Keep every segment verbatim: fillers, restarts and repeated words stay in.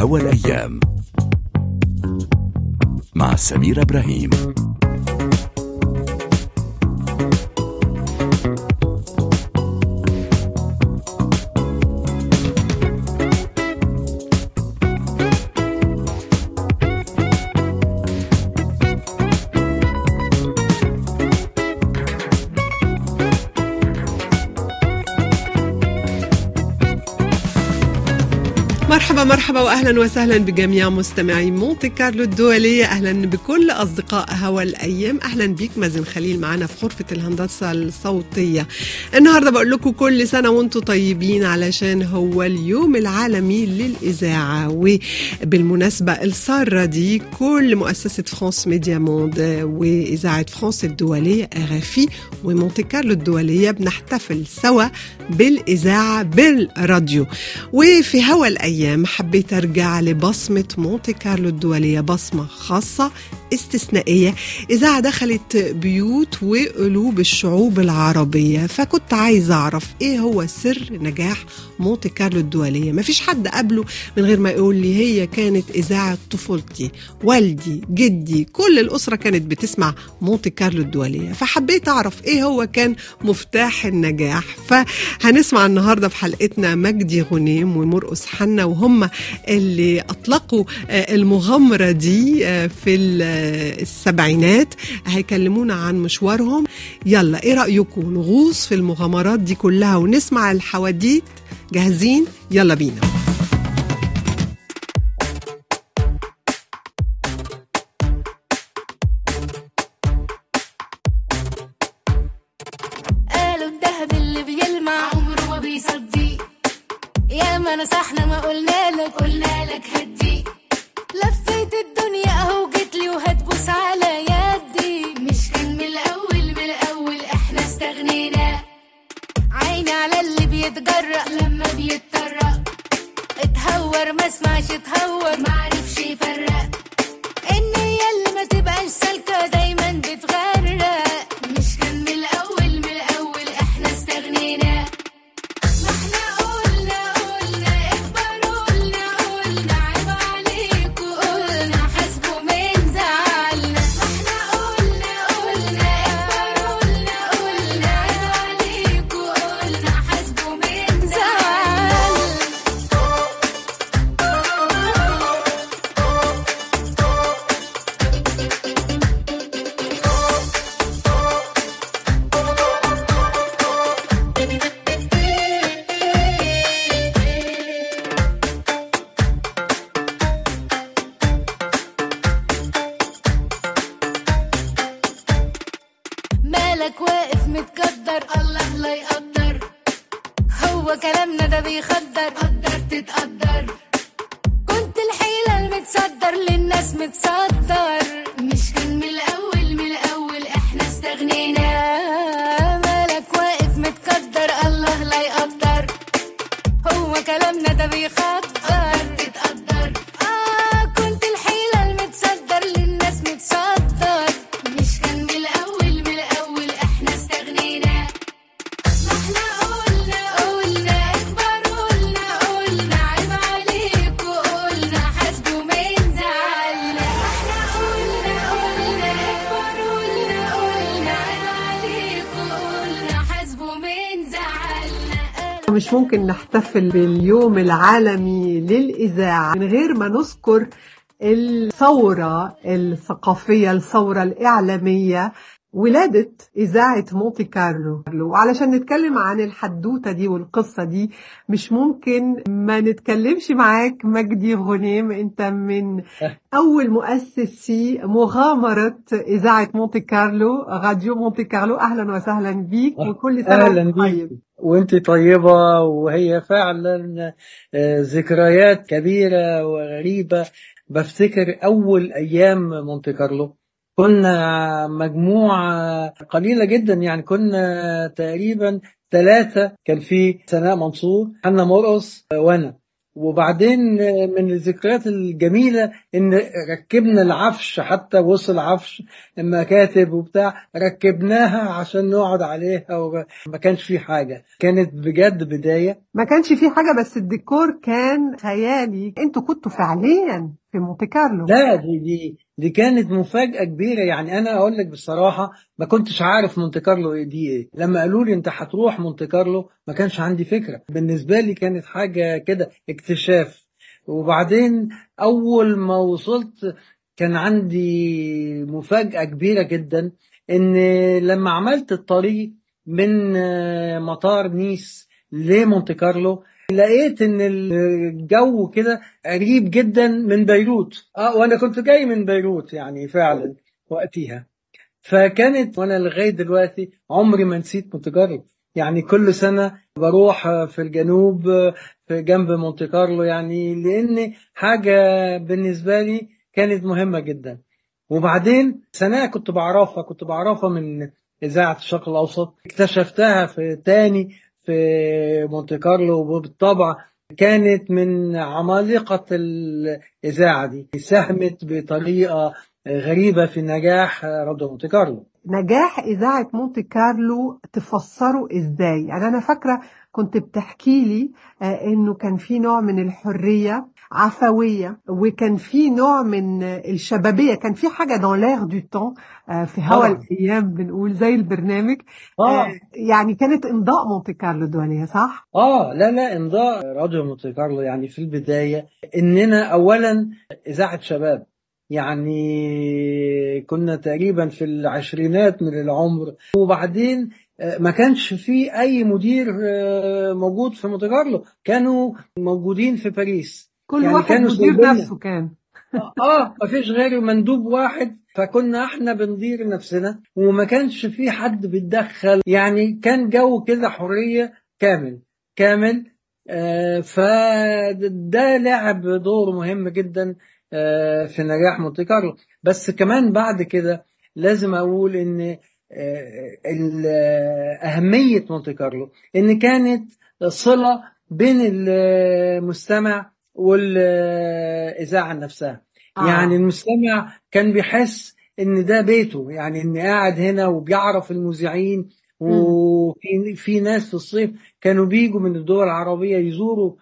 هوا الأيام مع سميرة إبراهيم. مرحبا مرحبا وأهلا وسهلا بجميع مستمعي مونتي كارلو الدولية. أهلا بكل أصدقاء هوا الأيام. أهلا بيك مازن خليل معنا في غرفة الهندسة الصوتية. النهاردة بقول لكم كل سنة وانتم طيبين علشان هو اليوم العالمي للإذاعة، وبالمناسبة السارة دي كل مؤسسة فرانس ميديا موند وإذاعة فرانس الدولية أغافي ومونتي كارلو الدولية بنحتفل سوا بالإذاعة بالراديو. وفي هوا الأيام حبيت أرجع لبصمة مونتي كارلو الدولية، بصمة خاصة استثنائية، إذاعة دخلت بيوت وقلوب الشعوب العربية. فكنت عايزة أعرف إيه هو سر نجاح مونتي كارلو الدولية. مفيش حد قبله من غير ما يقول لي هي كانت إذاعة طفولتي، والدي جدي كل الأسرة كانت بتسمع مونتي كارلو الدولية. فحبيت أعرف إيه هو كان مفتاح النجاح. فهنسمع النهاردة في حلقتنا مجدي غنيم ومرقس حنا، وهم اللي أطلقوا المغامرة دي في السبعينات. هيكلمونا عن مشوارهم. يلا ايه رأيكم نغوص في المغامرات دي كلها ونسمع الحواديت؟ جاهزين؟ يلا بينا. قالوا الدهب اللي بيلمع عمره ما بيصدي، يا ما نصحنا ما قلنا لك قلنا لك هدي، لفيت الدنيا اهو جيت لي وهتبوس على يدي، مش كان من الاول من الاول احنا استغنينا، عيني على اللي بيتجرأ لما بيتطرق، اتهور ما اسمعش اتهور ما عرفش يفرق، النية اللي ما تبقاش سالكة دايما بتغرق، مش كان من الاول من الاول احنا استغنينا، ما احنا قلنا قلنا اكبر قلنا قلنا عيب عليك وقلنا حاسبه من زعلنا، ما احنا قلنا قلنا اكبر قلنا قلنا عيب عليك وقلنا حاسبه من زعلنا. مالك واقف متقدر الله لا يقدر، هو كلامنا ده بيخدر قدر تتقدر، كنت الحيلة المتصدر للناس متصدر، مش كان من الأول من الأول احنا استغنينا، مالك واقف متقدر الله لا يقدر، هو كلامنا ده بيخدر تتقدر، آه كنت الحيلة المتصدر للناس متصدر، مش كان من الأول من الأول احنا استغنينا، ما احنا قلنا قلنا اكبر قلنا قلنا عيب عليك وقلنا حاسبه من زعلنا، ما احنا قلنا قلنا اكبر قلنا قلنا عيب عليك وقلنا حاسبه من زعلنا. مش ممكن نحتفل باليوم العالمي للإذاعة من غير ما نذكر الثورة الثقافية، الثورة الإعلامية، ولادة إذاعة مونتي كارلو. وعلشان نتكلم عن الحدوتة دي والقصة دي مش ممكن ما نتكلمش معاك مجدي غنيم. انت من أول مؤسسي مغامرة إذاعة مونتي كارلو، راديو مونتي كارلو. أهلا وسهلا بيك وكل سنة أهلا بيك وانت طيبة. وهي فعلا ذكريات كبيرة وغريبة. بفتكر أول أيام مونتي كارلو كنا مجموعة قليلة جدا، يعني كنا تقريبا ثلاثة، كان في سناء منصور، حنا مرقس، وأنا. وبعدين من الذكريات الجميلة إن ركبنا العفش، حتى وصل عفش مكاتب وبتاع ركبناها عشان نقعد عليها، وما كانش في حاجة. كانت بجد بداية. ما كانش في حاجة، بس الديكور كان خيالي. انتوا كنتوا فعليا في مونte كارلو؟ لا، دي دي دي كانت مفاجأة كبيرة. يعني أنا أقول لك بصراحة ما كنتش عارف مونte كارلو إيه دي إيه. لما قالوا لي أنت هتروح مونte كارلو ما كانش عندي فكرة. بالنسبة لي كانت حاجة كده اكتشاف. وبعدين أول ما وصلت كان عندي مفاجأة كبيرة جدا، إن لما عملت الطريق من آه، مطار نيس لمونte كارلو لقيت ان الجو كده قريب جدا من بيروت. اه وانا كنت جاي من بيروت يعني فعلا وقتها. فكانت، وانا لغايه دلوقتي عمري ما نسيت مونte كارلو. يعني كل سنه بروح في الجنوب في جنب مونte كارلو، يعني لان حاجه بالنسبه لي كانت مهمه جدا. وبعدين سنه كنت بعرفها كنت بعرفها من اذاعه الشرق الاوسط. اكتشفتها في تاني في مونte كارلو، وبالطبع كانت من عمالقة الإذاعة دي. ساهمت بطريقة غريبة في نجاح راديو مونte كارلو. نجاح إذاعة مونte كارلو تفسره إزاي؟ يعني أنا فاكرة كنت بتحكي لي آه، إنه كان في نوع من الحرية عفوية، وكان في نوع من آه، الشبابية. كان في حاجة dans l'air du temps، آه، في هوا طبعا. الأيام بنقول زي البرنامج. آه، اه يعني كانت إمضاء مونte كارلو الدولية، صح؟ اه لا لا، امضاء راديو مونte كارلو يعني في البداية اننا اولا اذاعة شباب. يعني كنا تقريبا في العشرينات من العمر. وبعدين آه، ما كانش في اي مدير آه، موجود في مونte كارلو، كانوا موجودين في باريس. كل يعني واحد كانوا مدير سايبيننا. نفسه كان. اه ما فيش غيره مندوب واحد، فكنا احنا بندير نفسنا وما كانش في حد بيتدخل. يعني كان جو كده حرية كامل كامل. آه فده لعب دور مهم جدا آه في نجاح مونte كارلو. بس كمان بعد كده لازم اقول ان آه ال- آه، اهمية مونte كارلو ان كانت صلة بين المستمع والإذاعة نفسها. يعني آه. المستمع كان بيحس إن ده بيته، يعني إن قاعد هنا وبيعرف المذيعين. مم. وفي في ناس في الصيف كانوا بيجوا من الدول العربية يزوروا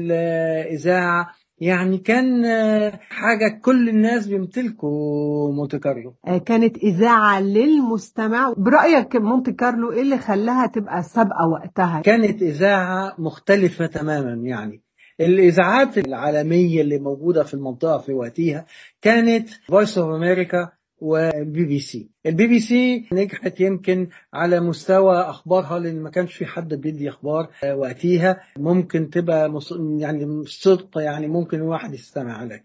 الإذاعة. يعني كان آه، حاجة كل الناس بيمتلكوا مونte كارلو. آه، كانت إذاعة للمستمع. برأيك مونte كارلو إيه اللي خلاها تبقى سابقة وقتها؟ كانت إذاعة مختلفة تماما. يعني الإذاعات العالمية اللي موجودة في المنطقة في وقتها كانت Voice of America والبي بي سي. البي بي سي نجحت يمكن على مستوى أخبارها، لأن ما كانش في حد بيدي أخبار آه، وقتها ممكن تبقى مص... يعني صدق، يعني ممكن واحد يستمع عليه.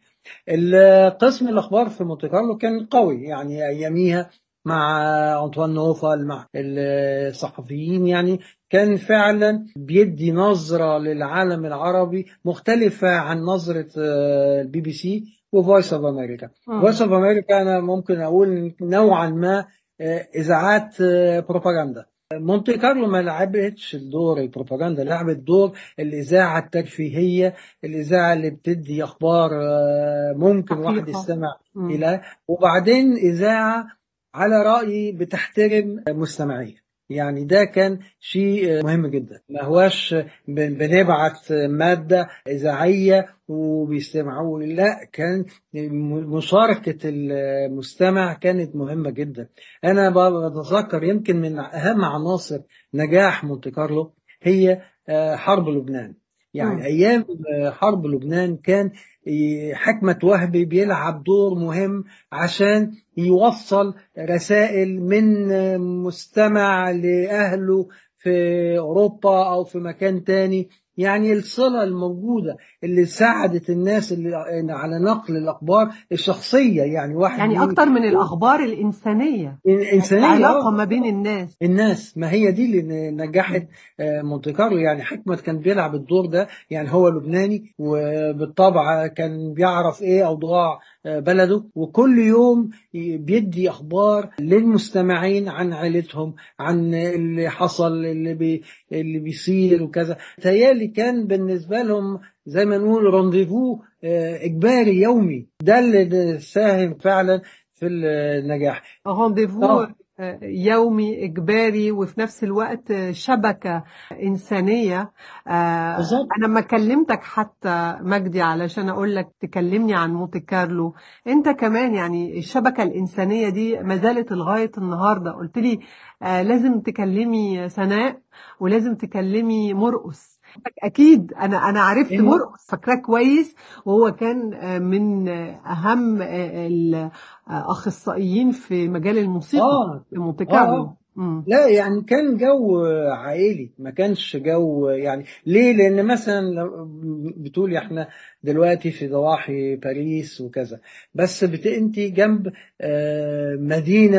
القسم الأخبار في مونte كارلو كان قوي يعني أياميها، مع أنطوان نوفل مع الصحفيين. يعني كان فعلا بيدي نظرة للعالم العربي مختلفة عن نظرة آه، البي بي سي وفويس اوف امريكا. فويس اوف امريكا انا ممكن اقول نوعا ما آه، اذاعات آه، بروباغندا. مونte كارلو ما لعبتش الدور البروباغندا، لعبت دور الإذاعة الترفيهية، الإذاعة اللي بتدي أخبار آه، ممكن واحد حقيقة. يستمع مم. إلى. وبعدين إذاعة على رأيي بتحترم مستمعيها. يعني ده كان شيء مهم جدا. ما هواش بن- بنبعت مادة إذاعية وبيستمعوا، لا، كان م- مشاركة المستمع كانت مهمة جدا. أنا ب- بتذكر يمكن من أهم عناصر نجاح مونte كارلو هي آه، حرب لبنان. يعني مم. أيام آه، حرب لبنان كان آه، حكمة وهبي بيلعب دور مهم عشان يوصل رسائل من آه، مستمع لأهله في أوروبا أو في مكان تاني. يعني الصلة الموجودة اللي ساعدت الناس اللي على نقل الأخبار الشخصية. يعني واحد يعني ي- أكتر من الأخبار الإنسانية، إنسانية. العلاقة اه ما بين الناس. الناس، ما هي دي اللي نجحت آه، مونte كارلو. يعني حكمت كان بيلعب الدور ده. يعني هو لبناني وبالطبع كان بيعرف ايه اوضاع بلده، وكل يوم بيدي أخبار للمستمعين عن عائلتهم، عن اللي حصل، اللي بي اللي بيصير وكذا. تهيألي كان بالنسبة لهم زي ما نقول رونديفو إجباري يومي، ده اللي ساهم فعلا في النجاح. رونديفو يومي إجباري وفي نفس الوقت شبكة إنسانية. بالظبط. أنا ما كلمتك حتى مجدي علشان أقول لك تكلمني عن مونte كارلو، أنت كمان يعني الشبكة الإنسانية دي ما زالت لغاية النهاردة. قلت لي لازم تكلمي سناء ولازم تكلمي مرقس. أكيد أنا أنا عرفت مرقس، فاكراه كويس، وهو كان من أهم الأخصائيين في مجال الموسيقى آه. في مونte كارلو. آه. لا يعني كان جو عائلي، ما كانش جو يعني ليه؟ لأن مثلا بتقولي احنا دلوقتي في ضواحي باريس وكذا، بس بت انت جنب مدينة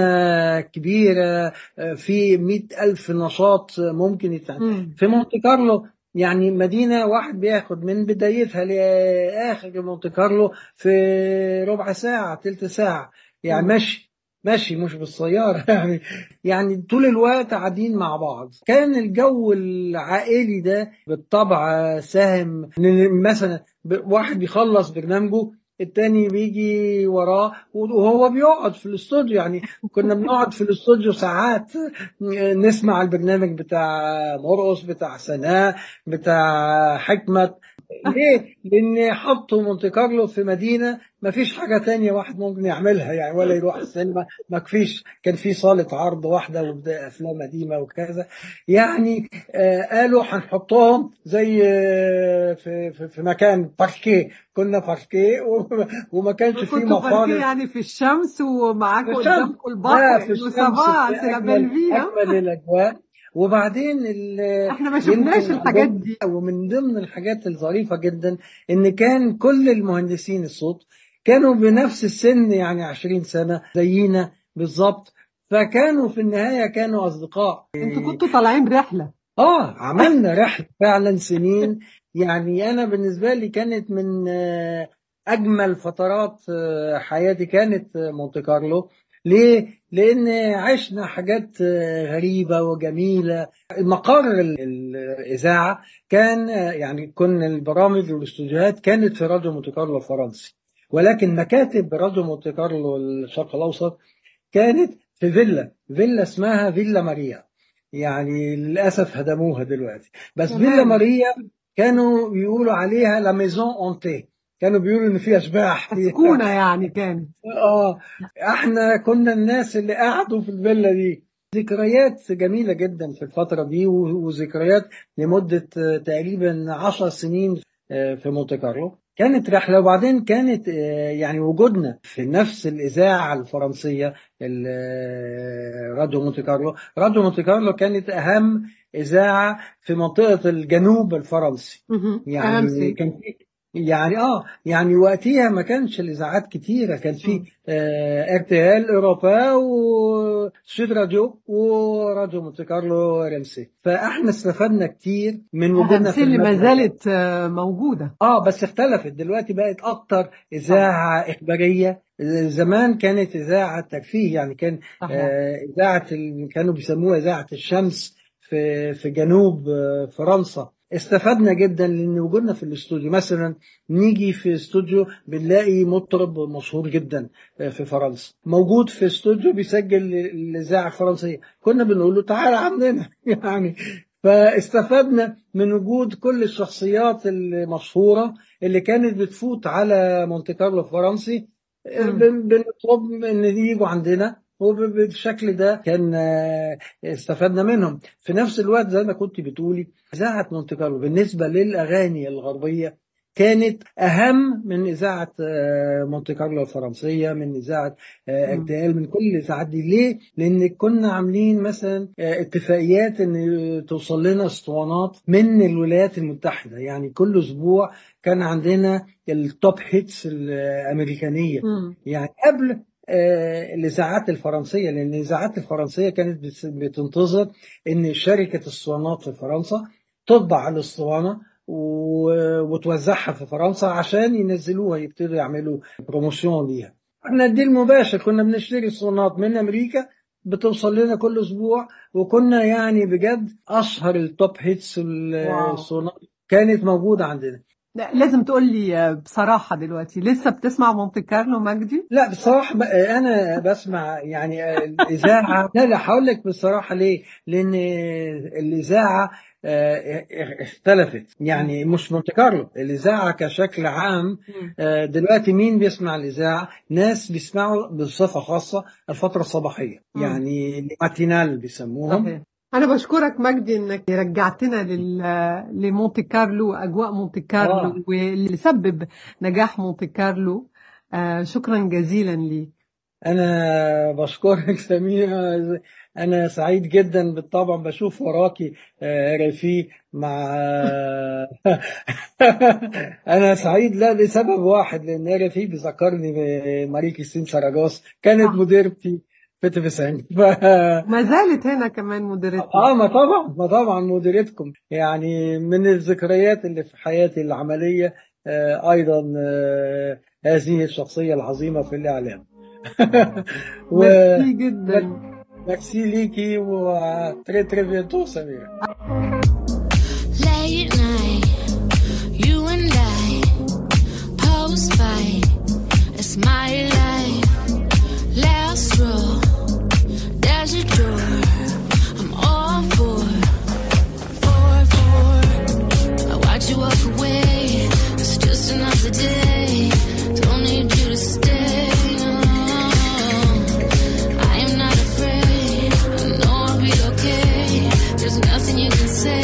كبيرة في مئة ألف نشاط ممكن يتعمل. في مونte كارلو يعني مدينة واحد بياخد من بدايتها لآخر مونte كارلو في ربع ساعة تلت ساعة يعني، ماشي ماشي مش بالسيارة يعني يعني طول الوقت قاعدين مع بعض. كان الجو العائلي ده بالطبع ساهم. مثلا واحد بيخلص برنامجه التاني بيجي وراه وهو بيقعد في الاستوديو، يعني كنا بنقعد في الاستوديو ساعات نسمع البرنامج بتاع مرقس، بتاع سناء، بتاع حكمة. ليه؟ لأن حطوا مونte كارلو في مدينة ما فيش حاجة تانية واحد ممكن يعملها يعني، ولا يروح السينما، ما فيش، كان في صالة عرض واحدة وبدأ أفلام قديمة وكذا يعني. آه قالوا هنحطهم زي آه في, في, في مكان باركيه، كنا باركيه وما كانش فيه مفارق يعني في الشمس ومعاكم قدامكم البحر. لا في الشمس في أجمل, أجمل الأجواء. وبعدين احنا ما شفناش الحاجات دي. ومن ضمن الحاجات الظريفة جدا ان كان كل المهندسين الصوت كانوا بنفس السن، يعني عشرين سنة زينا بالظبط، فكانوا في النهاية كانوا أصدقاء. انتوا كنتوا طالعين رحلة. اه عملنا رحلة فعلا سنين. يعني أنا بالنسبة لي كانت من أجمل فترات حياتي كانت مونte كارلو. ليه؟ لأن عشنا حاجات غريبة وجميلة. مقر الإذاعة كان يعني كنا البرامج والاستوديوهات كانت في راديو مونte كارلو الفرنسي، ولكن مكاتب راديو مونte كارلو الشرق الأوسط كانت في فيلا فيلا اسمها فيلا ماريا، يعني للأسف هدموها دلوقتي. بس فيلا ماريا كانوا بيقولوا عليها لا ميزون اونتي، كانوا بيقولوا ان في اشباح مسكونه يعني كانت. اه احنا كنا الناس اللي قعدوا في الفيلا دي. ذكريات جميله جدا في الفتره دي، وذكريات لمده تقريبا عشر سنين في مونte كارلو. كانت رحله. وبعدين كانت يعني وجودنا في نفس الاذاعه الفرنسيه راديو مونte كارلو. راديو مونte كارلو كانت اهم اذاعه في منطقه الجنوب الفرنسي، يعني كان في يعني اه يعني وقتها ما كانش الاذاعات كتيره، كان في ار تي ال اوروبا وسود راديو وراديو مونte كارلو ار ام سي. فاحنا استفدنا كتير من وجودنا في اللي ما زالت موجوده. اه بس اختلفت دلوقتي، بقت اكتر اذاعه اخباريه. زمان كانت اذاعه ترفيه، يعني كان آه اذاعه كانوا بيسموها اذاعه الشمس في في جنوب آه فرنسا. استفدنا جدا لان وجودنا في الاستوديو. مثلا نيجي في استوديو بنلاقي مطرب مشهور جدا في فرنسا موجود في استوديو بيسجل الاذاعه الفرنسيه، كنا بنقول له تعالى عندنا يعني. فاستفدنا من وجود كل الشخصيات المشهوره اللي كانت بتفوت على مونte كارلو الفرنسي، بنطلب ان يجوا عندنا، وبالشكل ده كان استفدنا منهم. في نفس الوقت زي ما كنت بتقولي إذاعة مونte كارلو بالنسبة للأغاني الغربية كانت أهم من إذاعة مونte كارلو الفرنسية، من إذاعة ار تي ال، من كل الإذاعات دي. ليه؟ لأن كنا عاملين مثلا اتفاقيات إن توصل لنا اسطوانات من الولايات المتحدة، يعني كل أسبوع كان عندنا التوب هيتس الأمريكانية، يعني قبل الإذاعات الفرنسية، لأن الإذاعات الفرنسية كانت بتنتظر إن شركة الاسطوانات في فرنسا تطبع الاسطوانة وتوزعها في فرنسا عشان ينزلوها، يبتدوا يعملوا بروموشن ليها. احنا الديل المباشر كنا بنشتري الصونات من امريكا، بتوصل لنا كل اسبوع، وكنا يعني بجد اشهر التوب هيتس الصونات كانت موجوده عندنا. لا لازم تقول لي بصراحة دلوقتي، لسه بتسمع مونتي كارلو مجدي؟ لا بصراحة أنا بسمع يعني الإذاعة. لا لا هقول لك بصراحة ليه، لأن الإذاعة اختلفت، يعني مش مونتي كارلو، الإذاعة كشكل عام. دلوقتي مين بيسمع الإذاعة؟ ناس بيسمعوا بصفة خاصة الفترة الصباحية، يعني ماتينال بيسموهم. صحيح. أنا بشكرك مجدي إنك رجعتنا لل... لمونتي كارلو وأجواء مونتي كارلو آه. واللي سبب نجاح مونتي كارلو. آه شكرا جزيلا لي. أنا بشكرك سميرة، أنا سعيد جدا بالطبع، بشوف وراكي رفيق مع أنا سعيد لا لسبب واحد، لأن رفيق بيذكرني بماري كريستين ساراجوس، كانت آه. مديرتي في تلفزيون ف... ما زالت هنا كمان مديرتنا. اه ما طبعا ما طبعا مديرتكم، يعني من الذكريات اللي في حياتي العمليه. آه ايضا آه هذه الشخصيه العظيمه في الاعلام. و... ميرسي جدا. ميرسي ليكي وتري تري بيانتو سميرة. Late night, you and I post fight. It's my life. Last row, there's a door. I'm all for, for, for. I watch you walk away. It's just another day. Don't need you to stay. No, I am not afraid. I know I'll be okay. There's nothing you can say.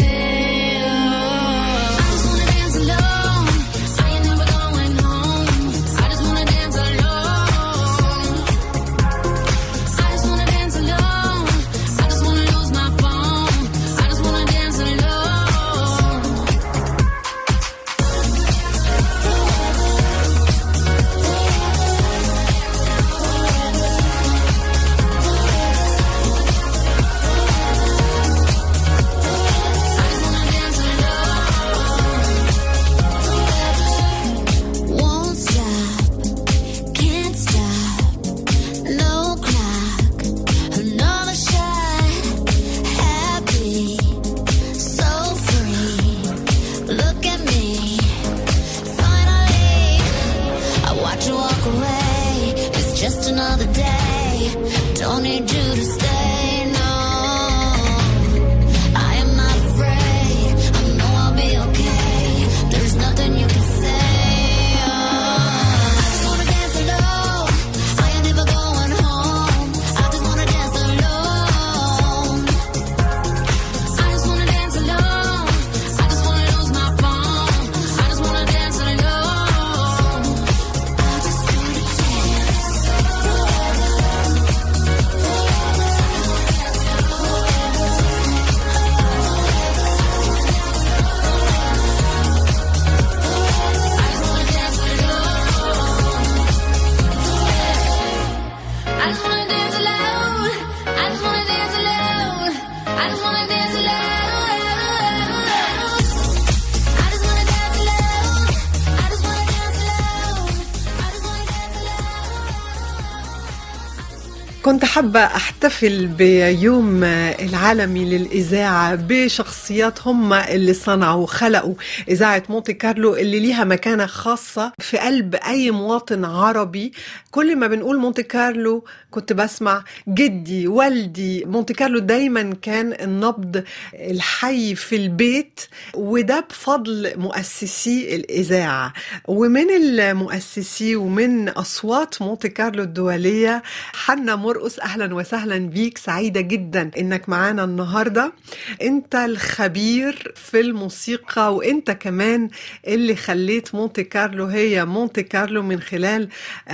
كنت حابة أحتفل بيوم العالمي للإذاعة بشخصيات هم اللي صنعوا وخلقوا إذاعة مونتي كارلو، اللي ليها مكانة خاصة في قلب أي مواطن عربي. كل ما بنقول مونتي كارلو كنت بسمع جدي والدي. مونتي كارلو دايما كان النبض الحي في البيت، وده بفضل مؤسسي الإذاعة. ومن المؤسسي ومن أصوات مونتي كارلو الدولية حنا مرقص، أهلا وسهلا بيك، سعيدة جدا إنك معانا النهاردة. أنت الخبير في الموسيقى، وأنت كمان اللي خليت مونتي كارلو هي مونتي كارلو من خلال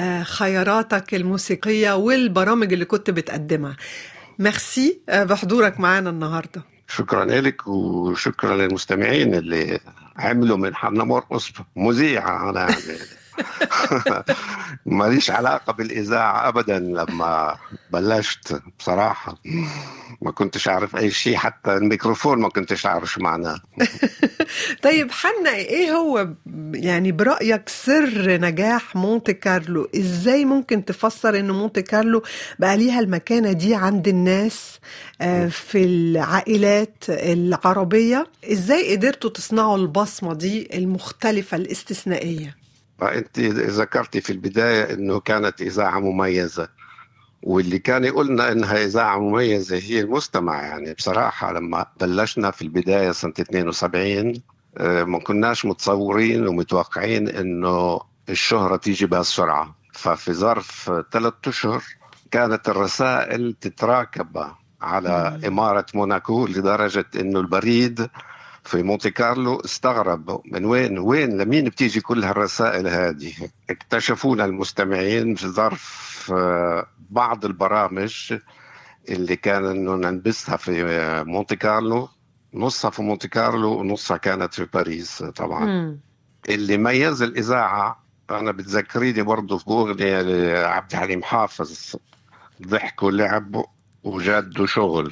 خياراتك الموسيقية والبرامج اللي كنت بتقدمها. ميرسي بحضورك معانا النهاردة. شكرا لك وشكرا للمستمعين اللي عملوا من حنا مرقص مذيعة. أنا ماليش علاقة بالإذاعة أبدا. لما بلشت بصراحة ما كنتش أعرف أي شيء، حتى الميكروفون ما كنتش أعرف شو معناه. طيب حنا، ايه هو يعني برأيك سر نجاح مونتي كارلو؟ ازاي ممكن تفسر ان مونتي كارلو بقى ليها المكانة دي عند الناس في العائلات العربية؟ ازاي قدرتوا تصنعوا البصمة دي المختلفة الاستثنائية؟ أنت ذكرتي في البداية أنه كانت إذاعة مميزة، واللي كان يقولنا إنها إذاعة مميزة هي المستمع. يعني بصراحة لما بلشنا في البداية سنة اثنين وسبعين ما كناش متصورين ومتوقعين إنه الشهرة تيجي بهالسرعة. ففي ظرف ثلاثة أشهر كانت الرسائل تتراكب على إمارة موناكو، لدرجة إنه البريد في مونتي كارلو استغرب من وين وين لمين بتيجي كل هالرسائل هذه. اكتشفونا المستمعين في ظرف بعض البرامج اللي كان انه نلبسها في مونتي كارلو، نصها في مونتي كارلو ونصها كانت في باريس طبعا. م. اللي ميز الإذاعة، أنا بتذكريني برضو في أغنية لعبد الحليم حافظ، ضحك ولعب وجد وشغل.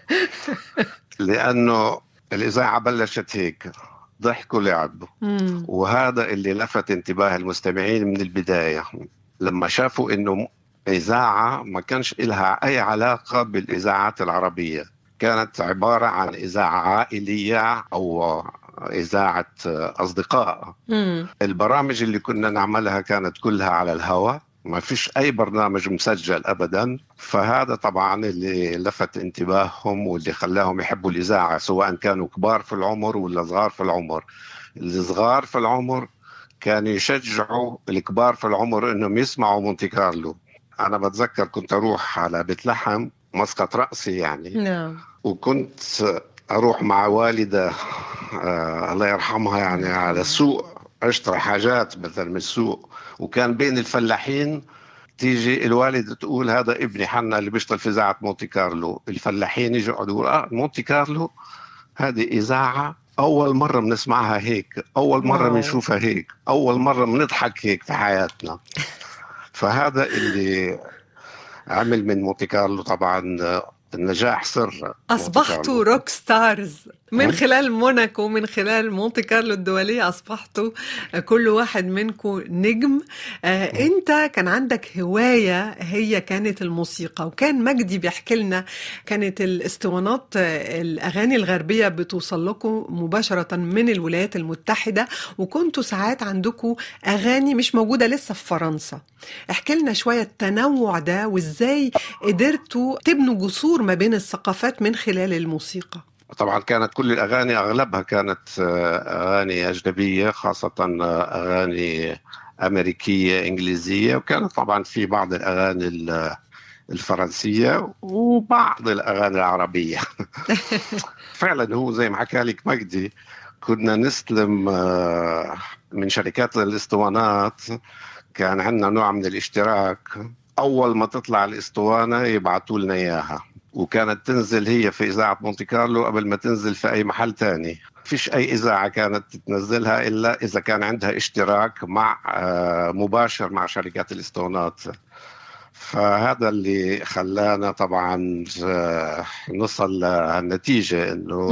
لأنه الإذاعة بلشت هيك، ضحك ولعب. مم. وهذا اللي لفت انتباه المستمعين من البداية، لما شافوا إنه إذاعة ما كانش إلها أي علاقة بالإذاعات العربية، كانت عبارة عن إذاعة عائلية أو إذاعة أصدقاء. مم. البرامج اللي كنا نعملها كانت كلها على الهواء، ما فيش أي برنامج مسجل أبدا. فهذا طبعا اللي لفت انتباههم واللي خلاهم يحبوا الإذاعة، سواء كانوا كبار في العمر ولا صغار في العمر. الصغار في العمر كانوا يشجعوا الكبار في العمر إنهم يسمعوا مونتي كارلو. أنا بتذكر كنت أروح على بيت لحم مسقط رأسي يعني. نعم. وكنت أروح مع والدة آه الله يرحمها يعني على السوق أشتري حاجات مثلا من السوق، وكان بين الفلاحين تيجي الوالدة تقول هذا ابني حنا اللي بيشتغل في إذاعة مونتي كارلو. الفلاحين يجوا يقولوا آه مونتي كارلو هذه إذاعة أول مرة بنسمعها هيك، أول مرة بنشوفها هيك، أول مرة بنضحك هيك في حياتنا. فهذا اللي عمل من مونتي كارلو طبعا النجاح سر. أصبحتوا روك ستارز من خلال موناكو، من خلال مونتي كارلو الدولية أصبحتوا كل واحد منكم نجم. آه أنت كان عندك هواية هي كانت الموسيقى، وكان مجدي بيحكي لنا كانت الاسطوانات الأغاني الغربية بتوصل لكم مباشرة من الولايات المتحدة، وكنتوا ساعات عندكم أغاني مش موجودة لسه في فرنسا. احكي لنا شوية التنوع ده، وإزاي قدرتوا تبنوا جسور ما بين الثقافات من خلال الموسيقى. طبعا كانت كل الأغاني أغلبها كانت أغاني أجنبية، خاصة أغاني أمريكية إنجليزية، وكانت طبعا في بعض الأغاني الفرنسية وبعض الأغاني العربية. فعلا هو زي ما حكى لك مجدي، كنا نستلم من شركات الاسطوانات، كان عندنا نوع من الاشتراك، أول ما تطلع الاسطوانة يبعثوا لنا إياها، وكانت تنزل هي في إذاعة مونتي كارلو قبل ما تنزل في أي محل تاني. فيش أي إذاعة كانت تنزلها إلا إذا كان عندها اشتراك مع مباشر مع شركات الاسطوانات. فهذا اللي خلانا طبعا نصل للنتيجة إنه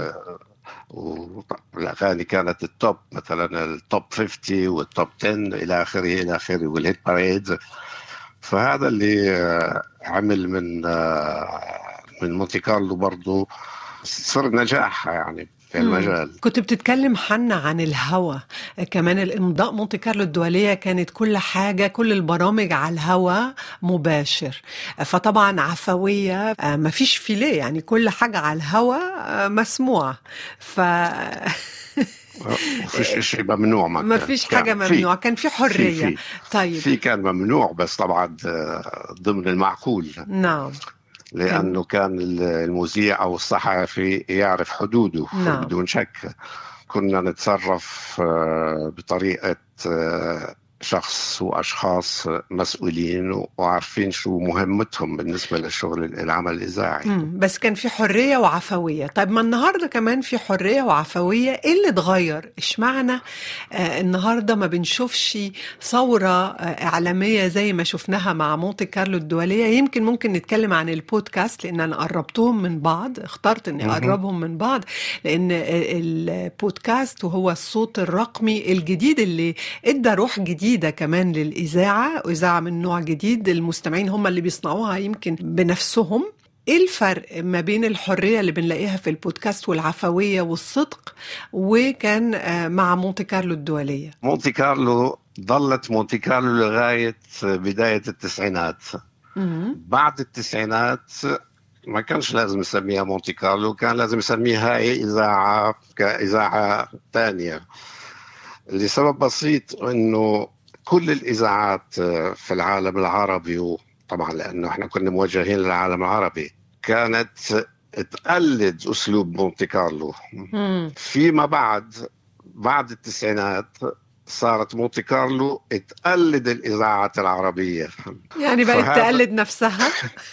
والأغاني كانت التوب، مثلا التوب خمسين والتوب عشرة إلى آخره إلى آخره والهيت باريد. فهذا اللي عمل من من مونتي كارلو برضو صار نجاح يعني في المجال. كنت بتتكلم حنا عن الهوا كمان، الإمضاء مونتي كارلو الدولية كانت كل حاجة، كل البرامج على الهوا مباشر، فطبعا عفوية، ما فيش فيليه، يعني كل حاجة على الهوا مسموعة. ف مفيش شيء ممنوع، ما فيش حاجة ممنوع، كان في حرية. في في طيب في كان ممنوع بس طبعا ضمن المعقول. نعم. لأنه كان المذيع أو الصحفي يعرف حدوده. نعم. بدون شك كنا نتصرف بطريقة شخص وأشخاص مسؤولين وعارفين شو مهمتهم بالنسبة للشغل العمل الإذاعي. مم. بس كان في حرية وعفوية. طيب ما النهاردة كمان في حرية وعفوية، إيه اللي اتغير؟ إيش معنى آه النهاردة ما بنشوفش ثورة آه إعلامية زي ما شفناها مع مونتي كارلو الدولية؟ يمكن ممكن نتكلم عن البودكاست لأن أنا قربتهم من بعض، اخترت أني أقربهم من بعض لأن البودكاست وهو الصوت الرقمي الجديد اللي ادى روح جديدة كمان للإذاعة، إذاعة من نوع جديد، المستمعين هم اللي بيصنعوها يمكن بنفسهم. إيه الفرق ما بين الحرية اللي بنلاقيها في البودكاست والعفوية والصدق وكان مع مونتي كارلو الدولية؟ مونتي كارلو ظلت مونتي كارلو لغاية بداية التسعينات. م- بعد التسعينات ما كانش لازم نسميها مونتي كارلو، كان لازم نسميها إذاعة كإذاعة تانية، لسبب بسيط إنه كل الإذاعات في العالم العربي، وطبعا لأنه إحنا كنا موجهين للعالم العربي، كانت تقلد أسلوب مونتي كارلو. فيما بعد بعد التسعينات صارت مونتي كارلو تقلد الإذاعات العربية، يعني بقت تقلد نفسها.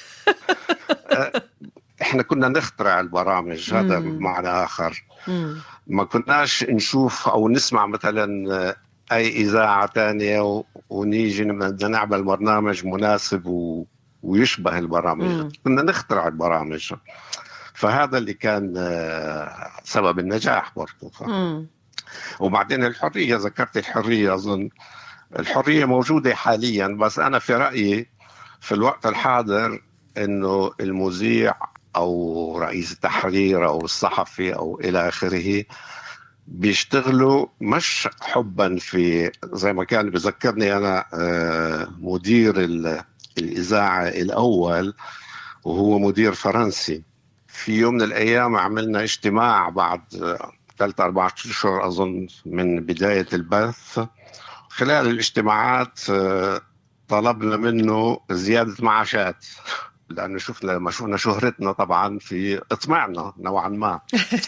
إحنا كنا نخترع البرامج، هذا معنى آخر. مم. ما كناش نشوف أو نسمع مثلا أي إذاعة تانية ونيجي بدنا نعمل برنامج مناسب و... ويشبه البرامج. مم. كنا نخترع البرامج، فهذا اللي كان سبب النجاح برضو. ف... وبعدين الحرية، ذكرت الحرية، أظن الحرية موجودة حاليا، بس أنا في رأيي في الوقت الحاضر إنه المذيع أو رئيس التحرير أو الصحفي أو إلى آخره بيشتغلوا مش حبا في، زي ما كان بذكرني أنا مدير الإذاعة الأول وهو مدير فرنسي، في يوم من الأيام عملنا اجتماع بعد ثلاثة أربعة أشهر أظن من بداية البث. خلال الاجتماعات طلبنا منه زيادة معاشات، لأنه شفنا لما شفنا شهرتنا طبعا في اطمعنا نوعا ما.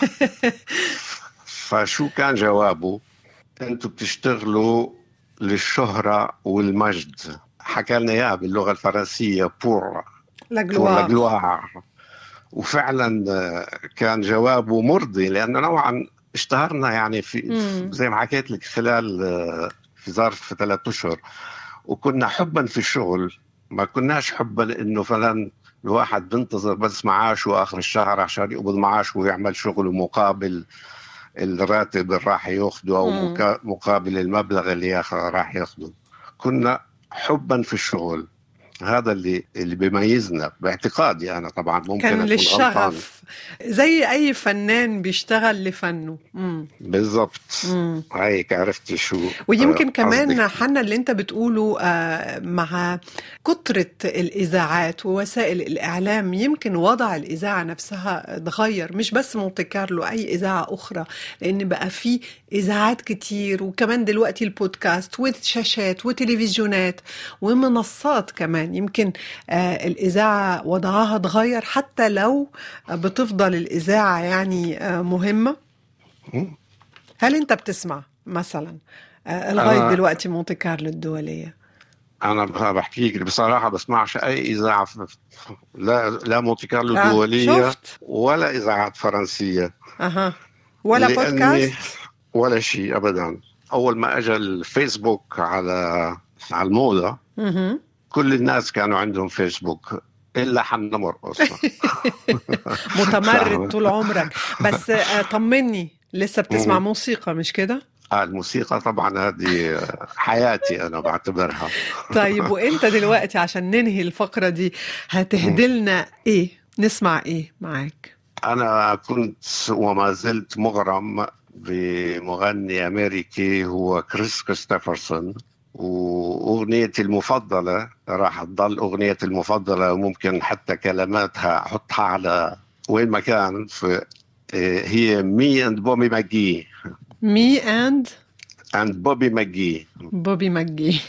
فشو كان جوابه؟ أنتوا بتشتغلوا للشهرة والمجد. حكى لنا إياه باللغة الفرنسية بور لاغلوار، وفعلا كان جوابه مرضي، لأنه نوعا اشتهرنا يعني في زي ما حكيت لك خلال في ظرف ثلاثة أشهر، وكنا حبا في الشغل، ما كناش حبا إنه فلان الواحد بنتظر بس معاشه آخر الشهر عشان يقبض معاشه ويعمل شغل مقابل الراتب اللي راح ياخده أو مم. مقابل المبلغ اللي راح ياخده. كنا حبا في الشغل، هذا اللي اللي بيميزنا باعتقادي أنا. طبعا ممكن كان للشغف زي أي فنان بيشتغل لفنه. بالضبط، هيك عرفت شو. ويمكن آه كمان حنا اللي انت بتقوله آه مع كترة الإذاعات ووسائل الإعلام، يمكن وضع الإذاعة نفسها تغير، مش بس مونتي كارلو، أي إذاعة أخرى، لأن بقى في إذاعات كتير، وكمان دلوقتي البودكاست وشاشات وتلفزيونات ومنصات كمان. يمكن آه الإذاعة وضعها تغير حتى لو بتفضل الإذاعة يعني آه مهمة. هل أنت بتسمع مثلا آه لغاية دلوقتي مونتي كارلو الدولية؟ أنا بحكيك بصراحة بسمعش أي إذاعة، لا لا مونتي كارلو آه الدولية ولا إذاعات فرنسية. أها. ولا بودكاست ولا شيء أبدا. أول ما أجى الفيسبوك على على الموضة م- كل الناس كانوا عندهم فيسبوك إلا حنا مرقص. متمرد طول عمرك. بس طمني، لسه بتسمع موسيقى مش كده؟ آه الموسيقى طبعا هذه حياتي أنا بعتبرها. طيب وإنت دلوقتي عشان ننهي الفقرة دي هتهدلنا إيه؟ نسمع إيه معاك؟ أنا كنت وما زلت مغرم بمغني أمريكي هو كريس كريستوفرسون، وأغنيتي المفضلة راح تضل أغنيتي المفضلة، وممكن حتى كلماتها أحطها على وين ما كان، في هي مي أند بوبي ماجي. مي أند أند بوبي ماجي. بوبي ماجي.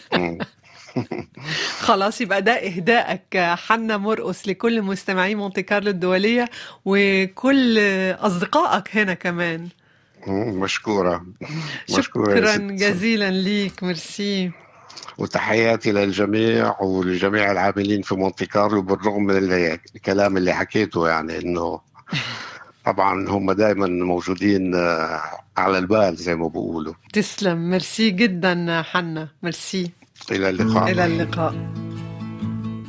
خلاص، يبقى ده إهدائك حنا مرقص لكل مستمعي مونتي كارلو الدولية وكل أصدقائك هنا كمان. مشكورة. شكرا جزيلا ليك. ميرسي. وتحياتي للجميع ولجميع العاملين في مونتي كارلو، بالرغم من الكلام اللي حكيته، يعني انه طبعا هم دائما موجودين على البال زي ما بقولوا. تسلم. ميرسي جدا حنا. ميرسي. إلى اللقاء. إلى اللقاء.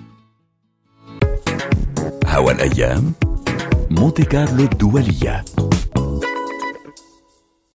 هوا الأيام، مونتي كارلو الدولية.